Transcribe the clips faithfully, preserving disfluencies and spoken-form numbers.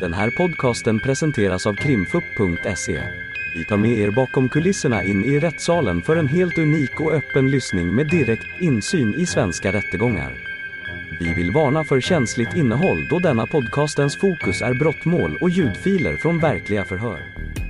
Den här podcasten presenteras av krimfupp punkt se. Vi tar med er bakom kulisserna in i rättssalen för en helt unik och öppen lyssning med direkt insyn i svenska rättegångar. Vi vill varna för känsligt innehåll då denna podcastens fokus är brottmål och ljudfiler från verkliga förhör.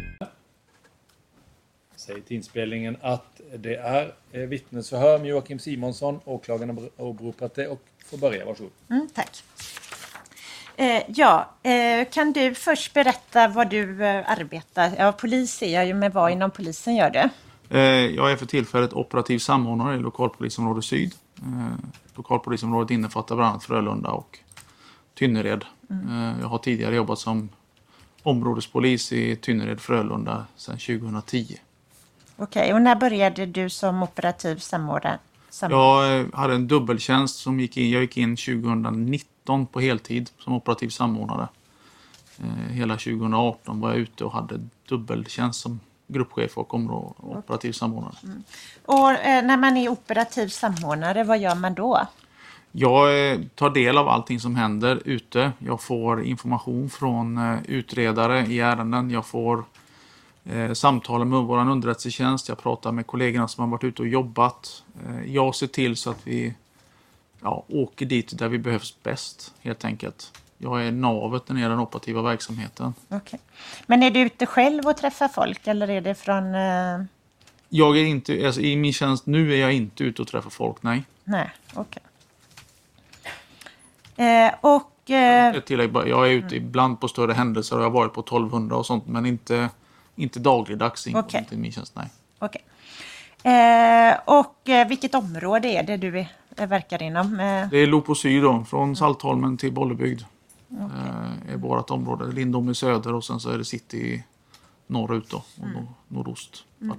Säg till inspelningen att det är vittnesförhör med Joakim Simonsson, åklagaren har åberopat det och får börja, varsågod. Mm, tack. Eh, ja, eh, kan du först berätta vad du eh, arbetar? Ja, polis är jag ju, men vad inom polisen gör du? Eh, jag är för tillfället operativ samordnare i lokalpolisområde Syd. Eh, lokalpolisområdet innefattar bland annat Frölunda och Tynnered. Mm. Eh, jag har tidigare jobbat som områdespolis i Tynnered, Frölunda sedan tjugohundratio. Okej, okay, och när började du som operativ samordnare? Sam- jag hade en dubbeltjänst som gick in, jag gick in tjugohundranitton på heltid som operativ samordnare. Eh, hela tjugohundraarton var jag ute och hade dubbeltjänst som gruppchef och område, operativ samordnare. Mm. Och eh, när man är operativ samordnare, vad gör man då? Jag eh, tar del av allting som händer ute. Jag får information från eh, utredare i ärenden. Jag får eh, samtal med vår underrättelsetjänst. Jag pratar med kollegorna som har varit ute och jobbat. Eh, jag ser till så att vi ja, åker dit där vi behövs bäst, helt enkelt. Jag är navet i den operativa verksamheten. Okay. Men är du ute själv och träffar folk eller är det från... Eh... Jag är inte, alltså, i min tjänst nu är jag inte ute och träffar folk, nej. Nej, okej. Okay. Eh, och... Eh... Jag, tillägg, jag är ute ibland på större händelser och jag har varit på tolvhundra och sånt, men inte, inte dagligdags. Okay. Inte i min tjänst, nej. Okej. Okay. Eh, och eh, vilket område är det du är, verkar inom? Eh... Det är Lopo Syd då, från Saltholmen till Bollebygd. Okay. Eh, är vårt område. Lindom i söder och sen så är det city norrut då, och mm. nordost. Mm.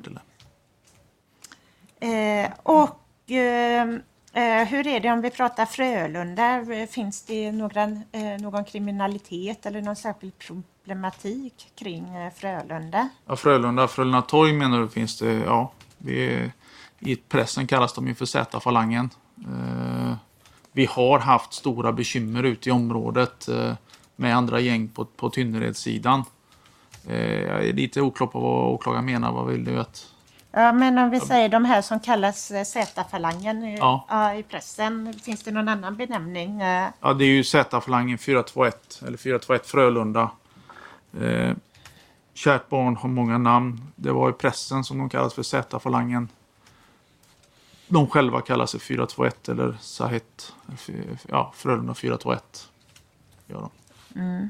Eh, och eh, hur är det om vi pratar Frölunda? Finns det några, eh, någon kriminalitet eller någon särskild problematik kring eh, Frölunda? Ja, Frölunda, Frölunda torg menar du finns det, ja. Vi är, i pressen kallas de ju för Z-falangen. Eh, vi har haft stora bekymmer ute i området eh, med andra gäng på, på Tynneredssidan. Eh, jag är lite oklar på vad åklagaren menar. Vad vill du att... Ja, men om vi säger de här som kallas Z-falangen ja. Ja, i pressen. Finns det någon annan benämning? Ja, det är ju Z-falangen fyra två ett eller fyra två ett Frölunda. Eh, kärt barn har många namn. Det var i pressen som de kallas för Z-falangen. De själva kallar sig fyra två ett eller Sahet. Ja, Frölunda fyra två ett. Gör de. Mm.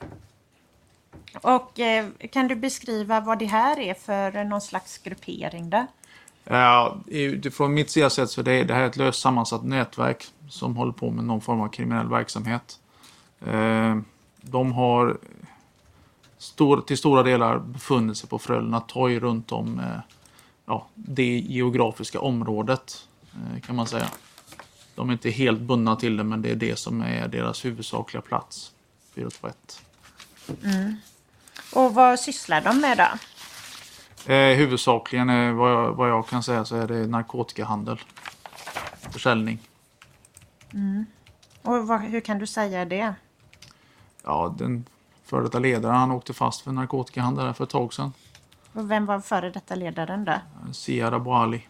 Och eh, kan du beskriva vad det här är för någon slags gruppering där? Ja, utifrån mitt sida sett så är det, det här är ett löst sammansatt nätverk som håller på med någon form av kriminell verksamhet. Eh, de har stor, till stora delar befunnit sig på Frölunda torg runt om eh, ja, det geografiska området eh, kan man säga. De är inte helt bundna till det, men det är det som är deras huvudsakliga plats. fyra två ett. Mm. Och vad sysslar de med då? Eh, huvudsakligen är, vad, jag, vad jag kan säga så är det narkotikahandel. Försäljning. Mm. Och vad, hur kan du säga det? Ja, den före detta ledaren han åkte fast för narkotikahandel för ett tag sedan. Och vem var före detta ledaren då? Siara Boali.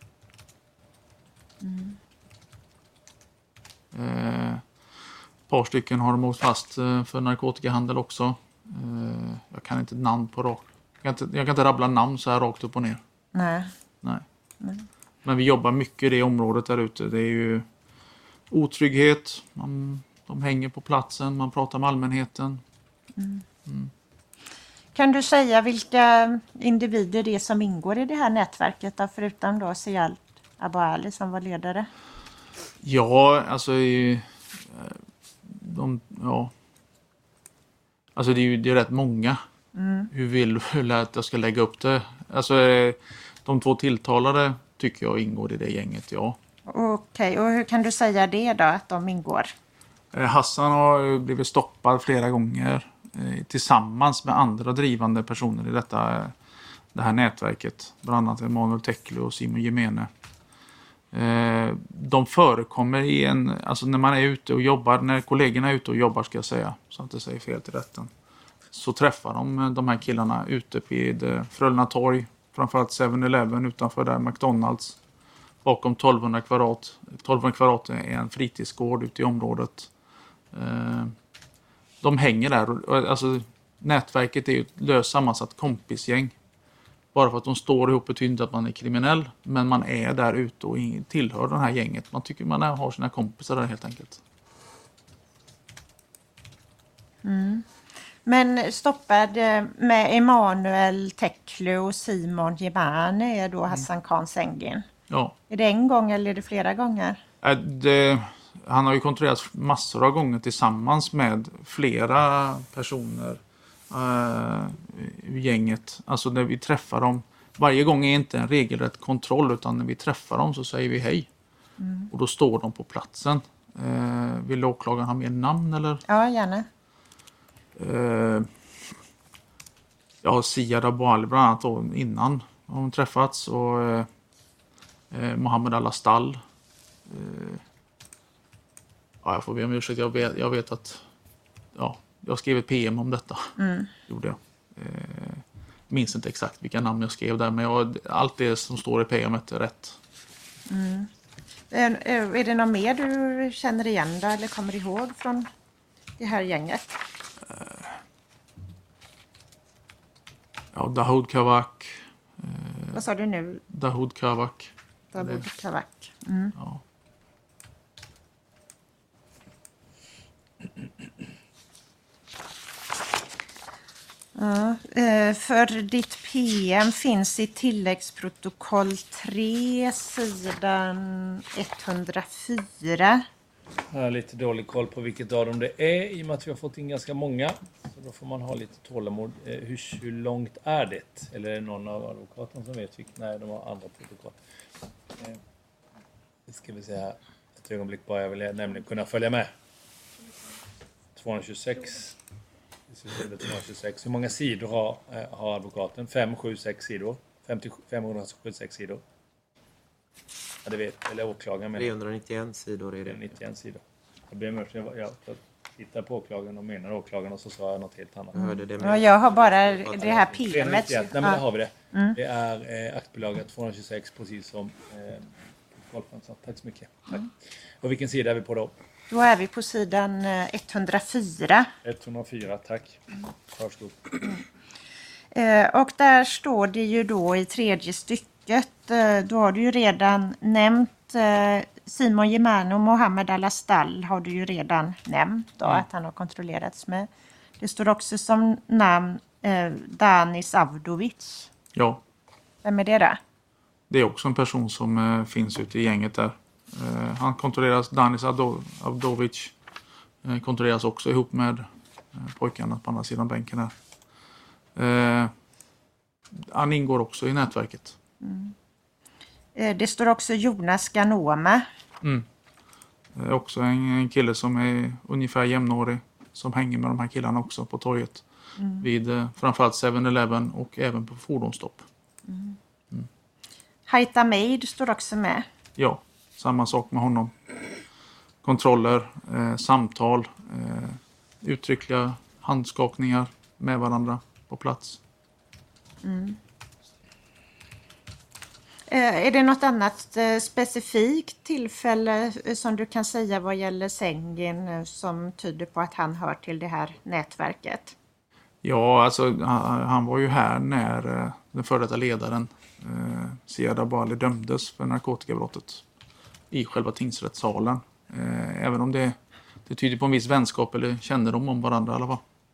Mm. Eh, ett par stycken har de åkt fast eh, för narkotikahandel också. Eh, jag kan inte namn på rak. Jag kan inte, jag kan inte rabbla namn så här rakt upp och ner. Nej. Nej. Nej. Men vi jobbar mycket i det området där ute. Det är ju otrygghet. Man, de hänger på platsen. Man pratar med allmänheten. Mm. Mm. Kan du säga vilka individer det är som ingår i det här nätverket då, förutom då Sial Aboali som var ledare? Ja, alltså de, ja. Alltså det är ju det är rätt många. Mm. Hur vill du att jag ska lägga upp det? Alltså de två tilltalade tycker jag ingår i det gänget, ja. Okej, okay. Och hur kan du säga det då, att de ingår? Hassan har blivit stoppad flera gånger eh, tillsammans med andra drivande personer i detta, det här nätverket. Bland annat Emanuel Teklu och Simon Gemene. Eh, de förekommer i en, alltså när man är ute och jobbar, när kollegorna är ute och jobbar ska jag säga, så att jag inte säger fel till rätten. Så träffar de de här killarna ute vid Frölunda torg, framförallt seven eleven utanför där McDonalds. Bakom tolvhundra kvadrat. tolvhundra kvadrat är en fritidsgård ute i området. Eh, de hänger där. Alltså, nätverket är ju ett löst sammansatt kompisgäng. Bara för att de står ihop betyder inte att man är kriminell. Men man är där ute och tillhör det här gänget. Man tycker man har sina kompisar där helt enkelt. Mm. Men stoppad med Emanuel Teklu och Simon Jemane är då Hassan Khan Sengin. Ja. Är det en gång eller är det flera gånger? Äh, det, han har ju kontrollerats massor av gånger tillsammans med flera personer äh, i gänget. Alltså när vi träffar dem. Varje gång är inte en regelrätt kontroll, utan när vi träffar dem så säger vi hej. Mm. Och då står de på platsen. Äh, vill åklagaren ha mer namn eller? Ja, gärna. Uh, ja, Siad Abouali bland annat då, innan har hon träffats, och uh, uh, Mohammed Al-Astal. Uh, ja, jag får be om ursäkt, jag vet, jag vet att ja, jag skrev ett P M om detta. Mm. Gjorde jag. Uh, minns inte exakt vilka namn jag skrev där, men jag, allt det som står i P M:et är rätt. Mm. Är, är det något mer du känner igen där eller kommer ihåg från det här gänget? Ja, Dahoud Kavak. Vad sa du nu? Dahoud Kavak. Dahoud Kavak. Mm. Ja. Ja, för ditt P M finns i tilläggsprotokoll tre, sidan etthundrafyra. Jag har lite dålig koll på vilket av dem det är i och med att vi har fått in ganska många. Så då får man ha lite tålamod. Hur, hur långt är det? Eller är det någon av advokaterna som vet vilket? Nej, de har andra protokoll. Det ska vi säga ett ögonblick bara. Jag vill nämligen kunna följa med. tvåhundratjugosex. tvåhundratjugosex. Hur många sidor har, har advokaten? fem, sju, sex sidor. femhundrasjuttiosex sidor. Ja, det vet, eller åklagaren. trehundranittioen sidor är det. nittioen sidor. Jag ber om ursäkt, jag, jag tittar på åklagaren och menar åklagaren och så sa jag något helt annat. Jag hörde det med. Ja, jag har bara det här P M:et. trehundranittioett, nej men där har vi det. Mm. Det är eh, aktbolaget tvåhundratjugosex, precis som eh, Golfman. Tack så mycket. Tack. Mm. Och vilken sida är vi på då? Då är vi på sidan etthundrafyra. etthundrafyra, tack. Varsågod. Eh, och där står det ju då i tredje stycket, eh, då har du ju redan nämnt eh, Simon Jemane och Mohammed Al-Astal har du ju redan nämnt då, mm. att han har kontrollerats med. Det står också som namn eh, Danis Avdovic. Ja. Vem är det då? Det är också en person som eh, finns ute i gänget där. Eh, han kontrolleras, Danis Avdovic eh, kontrolleras också ihop med eh, pojkarna på andra sidan bänken här. Eh, han ingår också i nätverket. Mm. Eh, det står också Jonas Ganoma. Mm. Det är också en, en kille som är ungefär jämnårig, som hänger med de här killarna också på torget. Mm. Vid eh, framförallt seven eleven och även på fordonsstopp. Mm. Mm. Haita Meid står också med. Ja, samma sak med honom. Kontroller, eh, samtal, eh, uttryckliga handskakningar med varandra på plats. Mm. Eh, är det något annat eh, specifikt tillfälle eh, som du kan säga vad gäller Sengin eh, som tyder på att han hör till det här nätverket? Ja, alltså han, han var ju här när eh, den före detta ledaren eh, Siad Abouali dömdes för narkotikabrottet i själva tingsrättssalen. Eh, även om det, det tyder på en viss vänskap eller kännedom om varandra i alla fall.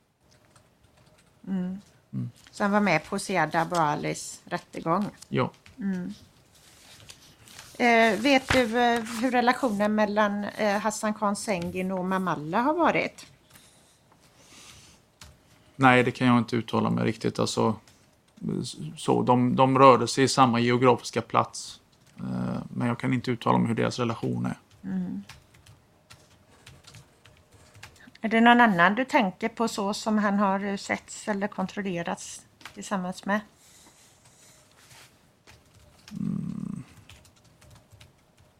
Mm. Mm. Så han var med på Siad Aboualis rättegång? Ja. Mm. Eh, vet du eh, hur relationen mellan eh, Hassan Khan Sengin och Mamalla har varit? Nej, det kan jag inte uttala mig riktigt. Alltså, så, de, de rörde sig i samma geografiska plats. Eh, men jag kan inte uttala mig hur deras relation är. Mm. Är det någon annan du tänker på så som han har setts eller kontrollerats tillsammans med? Mm.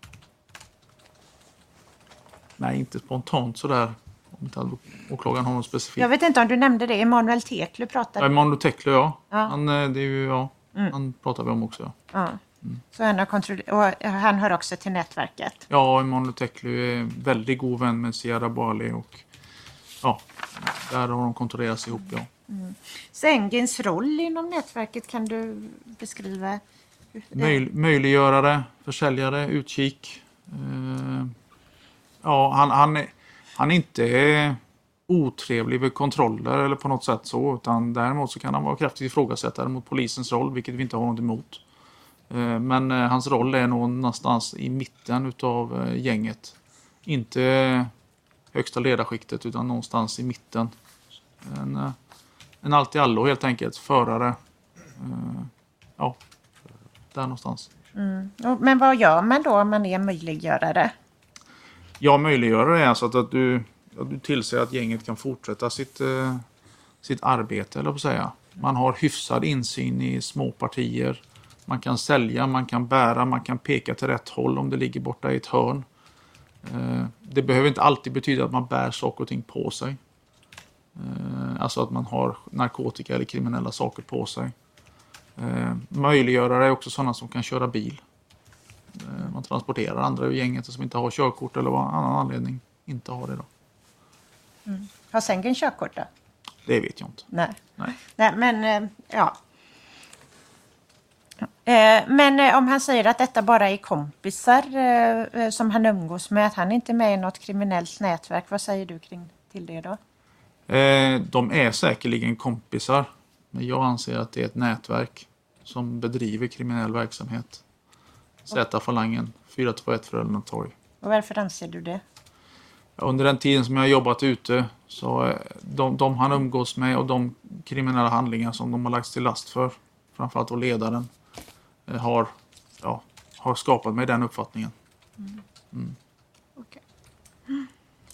nej, inte spontant sådär. Om inte åklagaren har något specifikt. Jag vet inte om du nämnde det. Emanuel Teklu pratade. Ja, Emanuel Teklu, ja. Ja. Han, det är ju, ja. Mm. Han pratar vi om också. Ja, Ja. Så han har kontroll- och han hör också till nätverket. ja Emanuel Teklu är väldigt god vän med Sierra Bali och ja, där har de kontrollerats ihop, ja. Sengens roll inom nätverket, kan du beskriva? Möj, möjliggörare, försäljare, utkik. Eh, ja, han, han, är, han är inte otrevlig vid kontroller eller på något sätt så, utan däremot så kan han vara kraftigt ifrågasättare mot polisens roll, vilket vi inte har något emot. Eh, men eh, hans roll är nog någonstans i mitten utav eh, gänget. Inte högsta ledarskiktet utan någonstans i mitten. En, eh, en allt i allo helt enkelt, förare. Eh, ja. Där någonstans. Mm. Men vad gör man då om man är möjliggörare? Ja, möjliggörare är alltså att, att, du, att du tillser att gänget kan fortsätta sitt, eh, sitt arbete, eller på att säga. Man har hyfsad insyn i små partier. Man kan sälja, man kan bära, man kan peka till rätt håll om det ligger borta i ett hörn. Eh, det behöver inte alltid betyda att man bär saker och ting på sig. Eh, alltså att man har narkotika eller kriminella saker på sig. Eh, möjliggörare är också sådana som kan köra bil. Eh, man transporterar andra i gänget som inte har körkort eller av annan anledning inte har det då. Mm. Har Sengen körkort då? Det vet jag inte. Nej. Nej. Nej, men eh, ja. Eh, men eh, om han säger att detta bara är kompisar eh, som han umgås med, att han inte är med i något kriminellt nätverk, vad säger du kring till det då? Eh, de är säkerligen kompisar. Men jag anser att det är ett nätverk som bedriver kriminell verksamhet. Z-falangen, fyra två ett Frölunda torg. Och varför anser du det? Under den tiden som jag har jobbat ute så eh, de, de han umgås med och de kriminella handlingar som de har lagts till last för, framförallt då ledaren, eh, har, ja, har skapat mig den uppfattningen. Mm. Mm. Okay. Mm.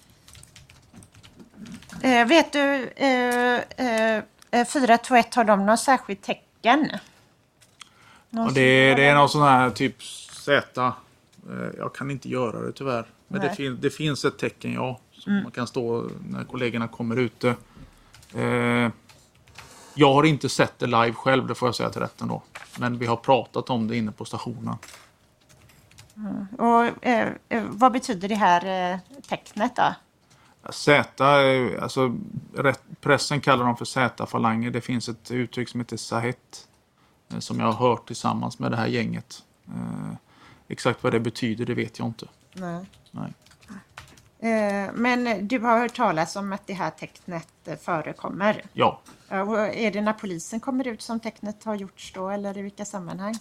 Eh, vet du, eh, eh, fyra två ett, har de någon särskilt tecken? Någon Ja, det, det är någon sån här typ Z. Jag kan inte göra det tyvärr. Men det, fin- det finns ett tecken, ja. Som mm. man kan stå när kollegorna kommer ute. Eh, jag har inte sett det live själv, det får jag säga till rätten då. Men vi har pratat om det inne på stationen. Mm. Och eh, vad betyder det här eh, tecknet då? Z, alltså pressen kallar dem för Z-falanger. Det finns ett uttryck som heter Sahet. Som jag har hört tillsammans med det här gänget. Eh, exakt vad det betyder, det vet jag inte. Nej. Nej. Eh, men du har hört talas om att det här tecknet förekommer? Ja. Och är det när polisen kommer ut som tecknet har gjorts då, eller i vilka sammanhang?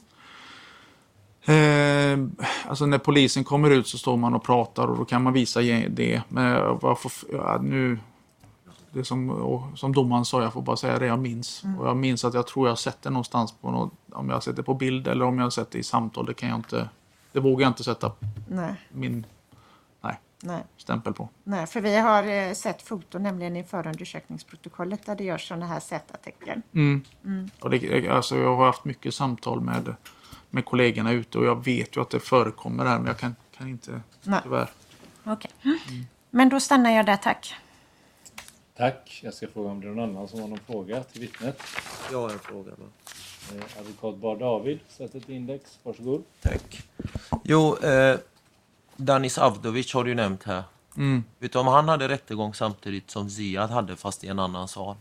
Eh, alltså när polisen kommer ut så står man och pratar och då kan man visa det. Men vad får, ja, nu, det som, och, som domaren sa, jag får bara säga det jag minns. Mm. Och jag minns att jag tror jag har sett det någonstans på något, om jag har sett det på bild eller om jag har sett det i samtal, det kan jag inte, det vågar jag inte sätta nej. min nej, nej. stämpel på. Nej, för vi har eh, sett foton nämligen i förundersökningsprotokollet där det görs sådana här Z-tecken. Mm. Mm. Och det, alltså jag har haft mycket samtal med med kollegorna ute och jag vet ju att det förekommer här men jag kan, kan inte nej. tyvärr. Okej. Mm. Men då stannar jag där, tack. Tack. Jag ska fråga om det är någon annan som har någon fråga till vittnet. Jag har en fråga. Eh, advokat Bar David, sätt ett index. Varsågod. Tack. Jo, eh, Danis Avdovic har du nämnt här. Mm. Vet du om han hade rättegång samtidigt som Ziad hade, fast i en annan sal?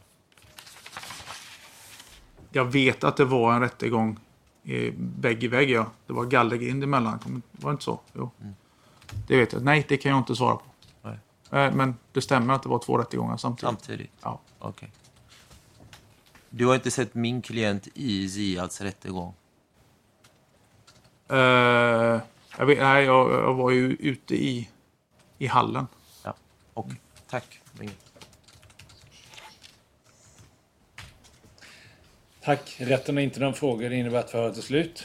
Jag vet att det var en rättegång i vägg i vägg, ja. Det var gallergrind emellan. Var det inte så? Jo. Mm. Det vet jag. Nej, det kan jag inte svara på. Nej. Eh, men det stämmer att det var två rättegångar samtidigt. Samtidigt? Ja. Okej. Okay. Du har inte sett min klient i Ziads rättegång? Uh, jag, vet, nej, jag, jag var ju ute i, i hallen. Ja, okej. Okay. Tack. Tack. Rätten har inte någon frågor. Det innebär att förhöret är slut.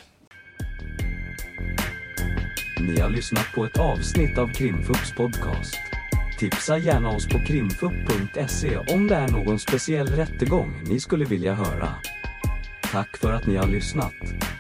Ni har lyssnat på ett avsnitt av Krimfupps podcast. Tipsa gärna oss på krimfupp punkt se om det är någon speciell rättegång ni skulle vilja höra. Tack för att ni har lyssnat.